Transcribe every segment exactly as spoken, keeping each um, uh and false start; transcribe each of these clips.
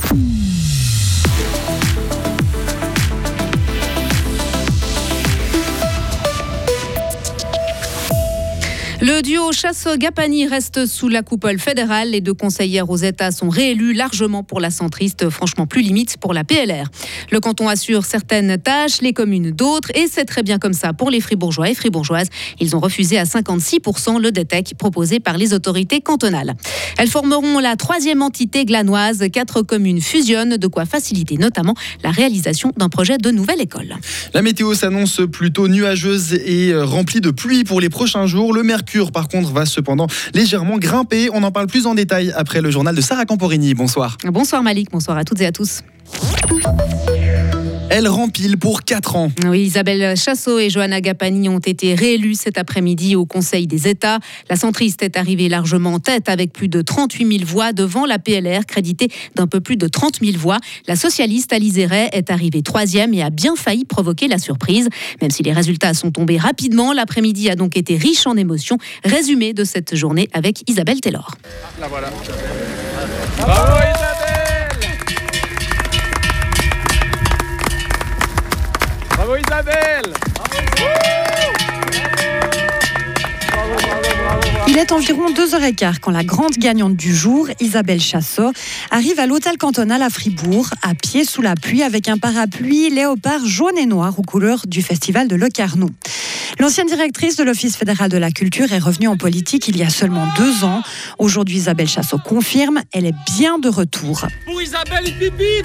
Le duo Chassot-Gapani reste sous la coupole fédérale. Les deux conseillères aux États sont réélues largement pour la centriste, franchement plus limite pour la P L R. Le canton assure certaines tâches, les communes d'autres, et c'est très bien comme ça pour les Fribourgeois et Fribourgeoises. Ils ont refusé à cinquante-six pour cent le D T E C proposé par les autorités cantonales. Elles formeront la troisième entité glanoise. Quatre communes fusionnent, de quoi faciliter notamment la réalisation d'un projet de nouvelle école. La météo s'annonce plutôt nuageuse et remplie de pluie pour les prochains jours. Le mercure par contre va cependant légèrement grimper. On en parle plus en détail après le journal de Sarah Camporini. Bonsoir. Bonsoir Malik, bonsoir à toutes et à tous. Elle rempile pour quatre ans. Oui, Isabelle Chassot et Johanna Gapani ont été réélues cet après-midi au Conseil des États. La centriste est arrivée largement en tête avec plus de trente-huit mille voix devant la P L R, créditée d'un peu plus de trente mille voix. La socialiste Alizé Ray est arrivée troisième et a bien failli provoquer la surprise. Même si les résultats sont tombés rapidement, l'après-midi a donc été riche en émotions. Résumé de cette journée avec Isabelle Taylor. La voilà. Bravo Isabelle! Bravo Isabelle! Il est environ deux heures quinze quand la grande gagnante du jour, Isabelle Chassot, arrive à l'hôtel cantonal à Fribourg, à pied sous la pluie avec un parapluie léopard jaune et noir aux couleurs du festival de Locarno. L'ancienne directrice de l'Office fédéral de la culture est revenue en politique il y a seulement deux ans. Aujourd'hui, Isabelle Chassot confirme, elle est bien de retour. Pour Isabelle Pipi!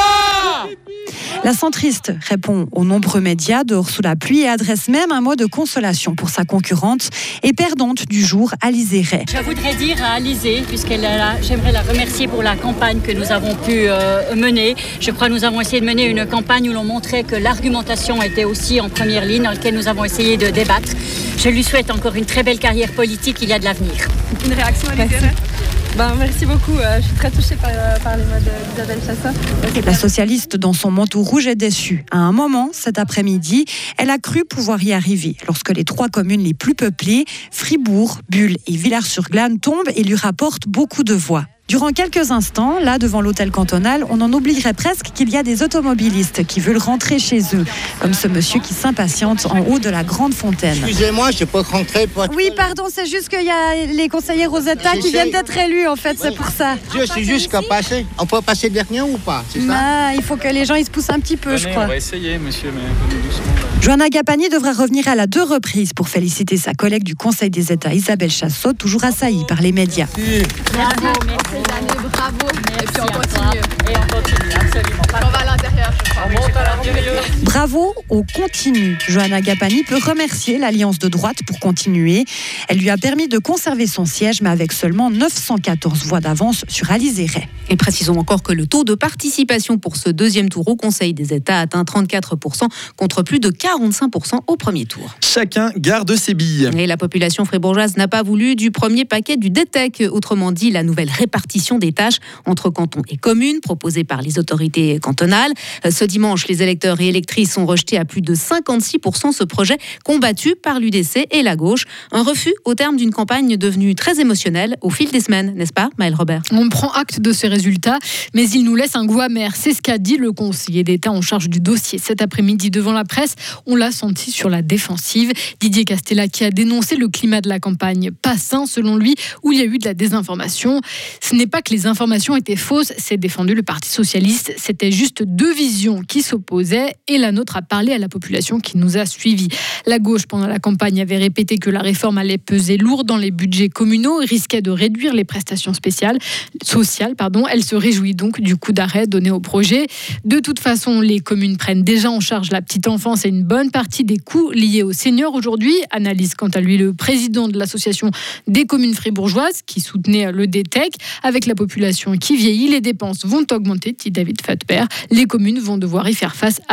Wow! La centriste répond aux nombreux médias dehors sous la pluie et adresse même un mot de consolation pour sa concurrente et perdante du jour, Alizé Ray. Je voudrais dire à Alizé, puisqu'elle est là, j'aimerais la remercier pour la campagne que nous avons pu euh, mener. Je crois que nous avons essayé de mener une campagne où l'on montrait que l'argumentation était aussi en première ligne, dans laquelle nous avons essayé de débattre. Je lui souhaite encore une très belle carrière politique, il y a de l'avenir. Une réaction, Alizé Ray ? Ben, merci beaucoup, je suis très touchée par, par les mots d'Isabelle Chassot. La socialiste dans son manteau rouge est déçue. À un moment, cet après-midi, elle a cru pouvoir y arriver lorsque les trois communes les plus peuplées, Fribourg, Bulle et Villars-sur-Glâne, tombent et lui rapportent beaucoup de voix. Durant quelques instants, là devant l'hôtel cantonal, on en oublierait presque qu'il y a des automobilistes qui veulent rentrer chez eux, comme ce monsieur qui s'impatiente en haut de la grande fontaine. Excusez-moi, je peux rentrer pour... Oui, pardon, c'est juste qu'il y a les conseillers Rosetta qui viennent d'être élus, en fait, oui. C'est pour ça. Je suis juste qu'à passer. On peut passer dernier ou pas, c'est ça? Bah, il faut que les gens ils se poussent un petit peu, Venez, je crois. On va essayer, monsieur, mais venez doucement. Là. Johanna Gapani devra revenir à la deux reprises pour féliciter sa collègue du Conseil des États, Isabelle Chassot, toujours assaillie par les médias. Bravo, merci. Bravo. Merci, et puis on continue. Et on continue, absolument. On va à l'intérieur, je crois. On monte à l'intérieur. Bravo au continu. Johanna Gapani peut remercier l'Alliance de droite pour continuer. Elle lui a permis de conserver son siège, mais avec seulement neuf cent quatorze voix d'avance sur Alizé Ray. Et précisons encore que le taux de participation pour ce deuxième tour au Conseil des États atteint trente-quatre pour cent contre plus de quarante-cinq pour cent au premier tour. Chacun garde ses billes. Et la population fribourgeoise n'a pas voulu du premier paquet du D T E C, autrement dit la nouvelle répartition des tâches entre cantons et communes proposée par les autorités cantonales. Ce dimanche, les électeurs et électrices ont rejeté à plus de cinquante-six pour cent ce projet combattu par l'U D C et la gauche. Un refus au terme d'une campagne devenue très émotionnelle au fil des semaines, n'est-ce pas, Maëlle Robert? On prend acte de ces résultats, mais il nous laisse un goût amer. C'est ce qu'a dit le conseiller d'État en charge du dossier cet après-midi devant la presse. On l'a senti sur la défensive. Didier Castella qui a dénoncé le climat de la campagne pas sain selon lui, où il y a eu de la désinformation. Ce n'est pas que les informations étaient fausses, c'est défendu le Parti socialiste. C'était juste deux visions qui s'opposaient et la nôtre a parlé à la population qui nous a suivis. La gauche, pendant la campagne, avait répété que la réforme allait peser lourd dans les budgets communaux et risquait de réduire les prestations spéciales, sociales. Pardon. Elle se réjouit donc du coup d'arrêt donné au projet. De toute façon, les communes prennent déjà en charge la petite enfance et une bonne partie des coûts liés aux seniors aujourd'hui. Analyse quant à lui le président de l'association des communes fribourgeoises qui soutenait le D T E C. Avec la population qui vieillit, les dépenses vont augmenter, dit David Fatber. Les communes vont devoir y faire face avec ou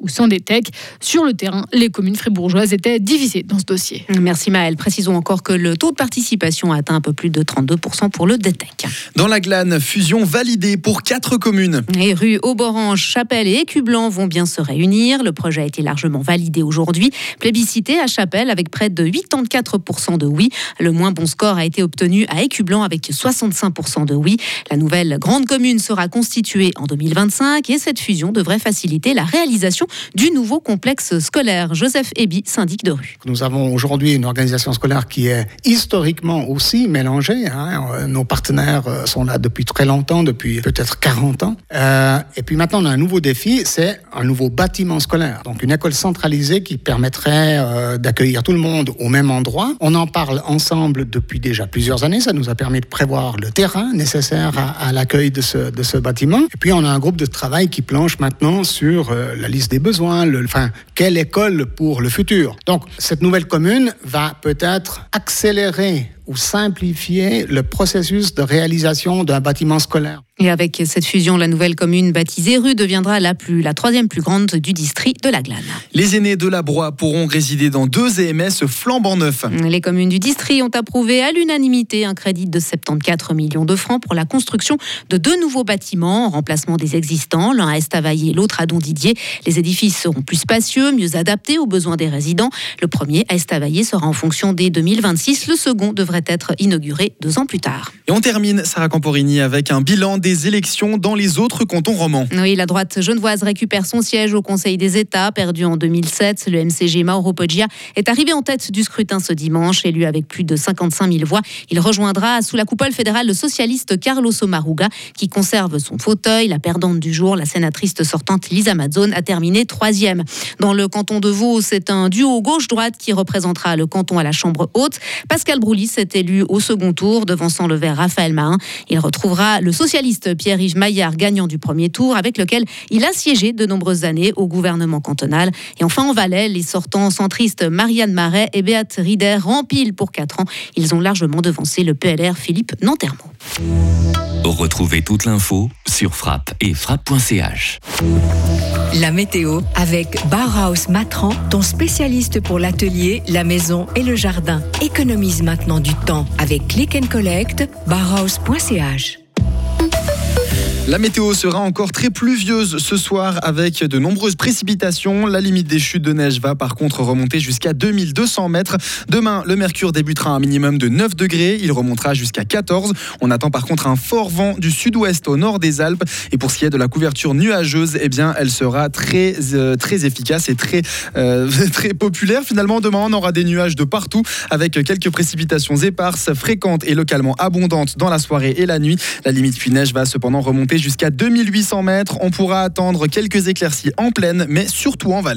Sandetech. Sur le terrain, les communes fribourgeoises étaient divisées dans ce dossier. Merci Maëlle. Précisons encore que le taux de participation a atteint un peu plus de trente-deux pour cent pour le D T E C. Dans la Glane, fusion validée pour quatre communes. Les rues Auborange, Chapelle et Écublanc vont bien se réunir. Le projet a été largement validé aujourd'hui. Plébiscité à Chapelle avec près de quatre-vingt-quatorze pour cent de oui. Le moins bon score a été obtenu à Écublanc avec soixante-cinq pour cent de oui. La nouvelle grande commune sera constituée en deux mille vingt-cinq et cette fusion devrait faciliter la réalisation du nouveau complexe scolaire. Joseph Eby, syndic de rue. Nous avons aujourd'hui une organisation scolaire qui est historiquement aussi mélangée. Hein. Nos partenaires sont là depuis très longtemps, depuis peut-être quarante ans. Euh, et puis maintenant, on a un nouveau défi, c'est un nouveau bâtiment scolaire. Donc une école centralisée qui permettrait euh, d'accueillir tout le monde au même endroit. On en parle ensemble depuis déjà plusieurs années. Ça nous a permis de prévoir le terrain nécessaire à, à l'accueil de ce, de ce bâtiment. Et puis on a un groupe de travail qui planche maintenant sur euh, la liste des besoins, le, enfin, quelle école pour le futur. Donc cette nouvelle commune va peut-être accélérer ou simplifier le processus de réalisation d'un bâtiment scolaire. Et avec cette fusion, la nouvelle commune baptisée Rue deviendra la, plus, la troisième plus grande du district de la Glane. Les aînés de la Broye pourront résider dans deux E M S flambant neufs. Les communes du district ont approuvé à l'unanimité un crédit de soixante-quatorze millions de francs pour la construction de deux nouveaux bâtiments en remplacement des existants, l'un à Estavayer et l'autre à Dondidier. Les édifices seront plus spacieux, mieux adaptés aux besoins des résidents. Le premier à Estavayer sera en fonction dès deux mille vingt-six, le second devrait être inauguré deux ans plus tard. Et on termine, Sarah Camporini, avec un bilan des élections dans les autres cantons romans. Oui, la droite genevoise récupère son siège au Conseil des États, perdu en deux mille sept. Le M C G Mauro Poggia est arrivé en tête du scrutin ce dimanche, élu avec plus de cinquante-cinq mille voix. Il rejoindra sous la coupole fédérale le socialiste Carlos Omaruga, qui conserve son fauteuil. La perdante du jour, la sénatrice sortante Lisa Mazzone, a terminé troisième. Dans le canton de Vaud, c'est un duo gauche-droite qui représentera le canton à la Chambre haute. Pascal Broulis est élu au second tour, devançant le vert Raphaël Mahin. Il retrouvera le socialiste Pierre-Yves Maillard, gagnant du premier tour, avec lequel il a siégé de nombreuses années au gouvernement cantonal. Et enfin en Valais, les sortants centristes Marianne Marais et Béate Rieder rempilent pour quatre ans. Ils ont largement devancé le P L R Philippe Nantermo. Retrouvez toute l'info sur Frappe et frappe point c h. La météo avec Bauhaus Matran, ton spécialiste pour l'atelier, la maison et le jardin. Économise maintenant du temps avec Click and Collect, bauhaus point c h. La météo sera encore très pluvieuse ce soir avec de nombreuses précipitations. La limite des chutes de neige va par contre remonter jusqu'à deux mille deux cents mètres. Demain, le mercure débutera à un minimum de neuf degrés. Il remontera jusqu'à quatorze. On attend par contre un fort vent du sud-ouest au nord des Alpes. Et pour ce qui est de la couverture nuageuse, eh bien, elle sera très, euh, très efficace et très, euh, très populaire. Finalement, demain, on aura des nuages de partout avec quelques précipitations éparses, fréquentes et localement abondantes dans la soirée et la nuit. La limite pluie-neige va cependant remonter jusqu'à deux mille huit cents mètres. On pourra attendre quelques éclaircies en plaine, mais surtout en vallée.